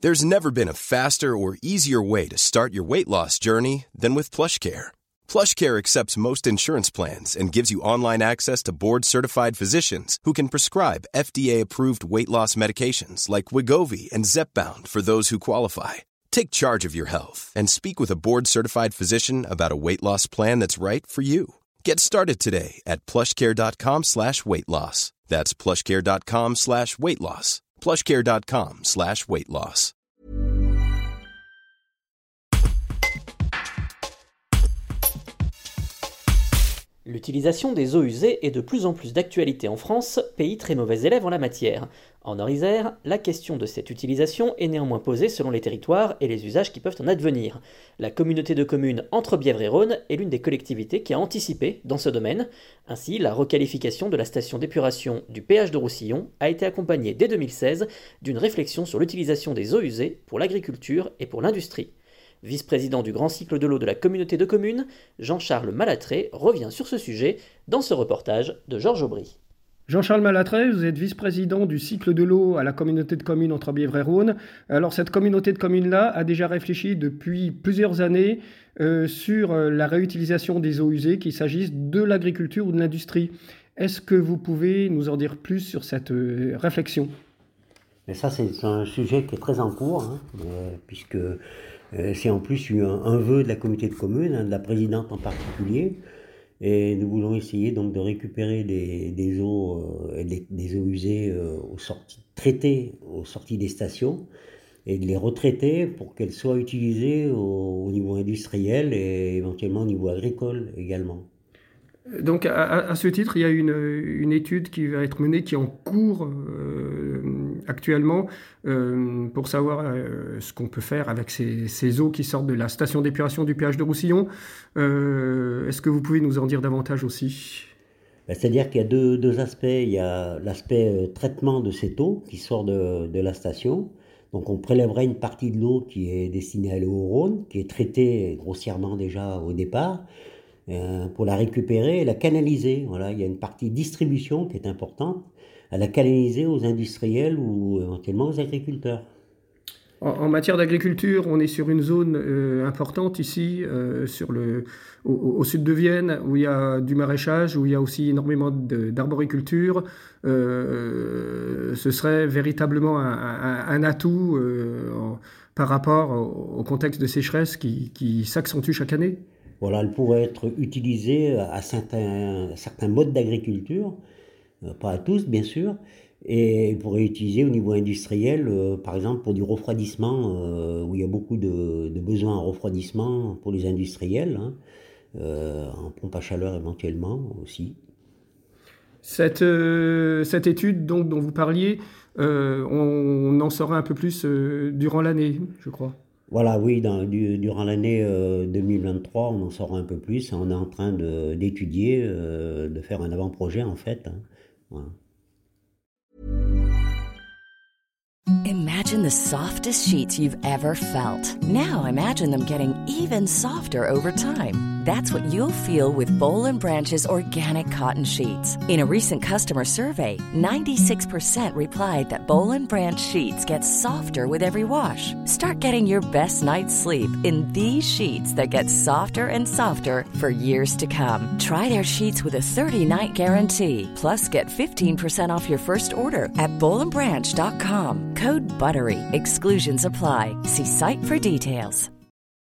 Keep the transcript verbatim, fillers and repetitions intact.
There's never been a faster or easier way to start your weight loss journey than with PlushCare. PlushCare accepts most insurance plans and gives you online access to board-certified physicians who can prescribe F D A-approved weight loss medications like Wegovy and Zepbound for those who qualify. Take charge of your health and speak with a board-certified physician about a weight loss plan that's right for you. Get started today at plushcare.com slash weight loss. That's plushcare.com slash weight loss. plushcare.com slash weight loss. L'utilisation des eaux usées est de plus en plus d'actualité en France, pays très mauvais élève en la matière. En Nord-Isère, la question de cette utilisation est néanmoins posée selon les territoires et les usages qui peuvent en advenir. La communauté de communes Entre-Bièvre et Rhône est l'une des collectivités qui a anticipé dans ce domaine. Ainsi, la requalification de la station d'épuration du péage de Roussillon a été accompagnée dès deux mille seize d'une réflexion sur l'utilisation des eaux usées pour l'agriculture et pour l'industrie. Vice-président du grand cycle de l'eau de la communauté de communes, Jean-Charles Malatré revient sur ce sujet dans ce reportage de Georges Aubry. Jean-Charles Malatré, vous êtes vice-président du cycle de l'eau à la communauté de communes Entre-Bièvre et Rhône. Alors cette communauté de communes-là a déjà réfléchi depuis plusieurs années euh, sur la réutilisation des eaux usées, qu'il s'agisse de l'agriculture ou de l'industrie. Est-ce que vous pouvez nous en dire plus sur cette euh, réflexion ? Mais ça, c'est un sujet qui est très en cours, hein, euh, puisque euh, c'est en plus un, un vœu de la communauté de communes, hein, de la présidente en particulier. Et nous voulons essayer donc de récupérer des, des eaux, euh, des, des eaux usées euh, aux sorties, traitées aux sorties des stations et de les retraiter pour qu'elles soient utilisées au, au niveau industriel et éventuellement au niveau agricole également. Donc à, à ce titre, il y a une, une étude qui va être menée, qui est en cours euh, actuellement, euh, pour savoir euh, ce qu'on peut faire avec ces, ces eaux qui sortent de la station d'épuration du péage de Roussillon. Euh, est-ce que vous pouvez nous en dire davantage aussi ? C'est-à-dire qu'il y a deux, deux aspects. Il y a l'aspect euh, traitement de cette eau qui sort de, de la station. Donc on prélèverait une partie de l'eau qui est destinée à aller au Rhône, qui est traitée grossièrement déjà au départ, Euh, pour la récupérer et la canaliser. Voilà, il y a une partie distribution qui est importante, à la canaliser aux industriels ou éventuellement aux agriculteurs. En, en matière d'agriculture, on est sur une zone euh, importante ici, euh, sur le, au, au sud de Vienne, où il y a du maraîchage, où il y a aussi énormément de, d'arboriculture. Euh, ce serait véritablement un, un, un atout euh, en, par rapport au, au contexte de sécheresse qui, qui s'accentue chaque année. Voilà, elle pourrait être utilisée à certains, certains modes d'agriculture, euh, pas à tous bien sûr, et elle pourrait être utilisée au niveau industriel, euh, par exemple pour du refroidissement, euh, où il y a beaucoup de, de besoins en refroidissement pour les industriels, hein, euh, en pompe à chaleur éventuellement aussi. Cette, euh, cette étude donc, dont vous parliez, euh, on, on en saura un peu plus euh, durant l'année, je crois. Voilà, oui, dans, du, durant l'année euh, deux mille vingt-trois, on en saura un peu plus. On est en train de, d'étudier, euh, de faire un avant-projet en fait. Hein. Voilà. Imagine the softest sheets you've ever felt. Now imagine them getting even softer over time. That's what you'll feel with Boll and Branch's organic cotton sheets. In a recent customer survey, ninety-six percent replied that Boll and Branch sheets get softer with every wash. Start getting your best night's sleep in these sheets that get softer and softer for years to come. Try their sheets with a thirty-night guarantee. Plus, get fifteen percent off your first order at boll and branch dot com. Code BUTTERY. Exclusions apply. See site for details.